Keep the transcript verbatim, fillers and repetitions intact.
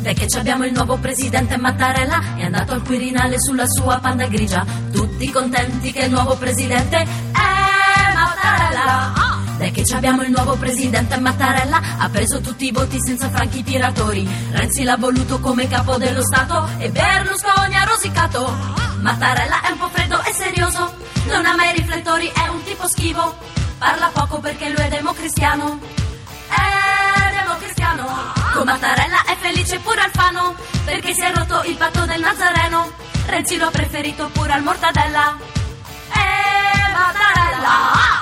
Perché ci abbiamo il nuovo presidente Mattarella, è andato al Quirinale sulla sua Panda grigia. Tutti contenti che il nuovo presidente è Mattarella. Perché ci abbiamo il nuovo presidente Mattarella, ha preso tutti i voti senza franchi tiratori. Renzi l'ha voluto come capo dello Stato e Berlusconi ha rosicato. Mattarella è un po' freddo e serioso, non ha mai riflettori, è un tipo schivo. Parla poco perché lui è democristiano. È democristiano. Con Mattarella è felice pure Alfano, perché si è rotto il patto del Nazareno. Renzi lo ha preferito pure al Mortadella. E Mattarella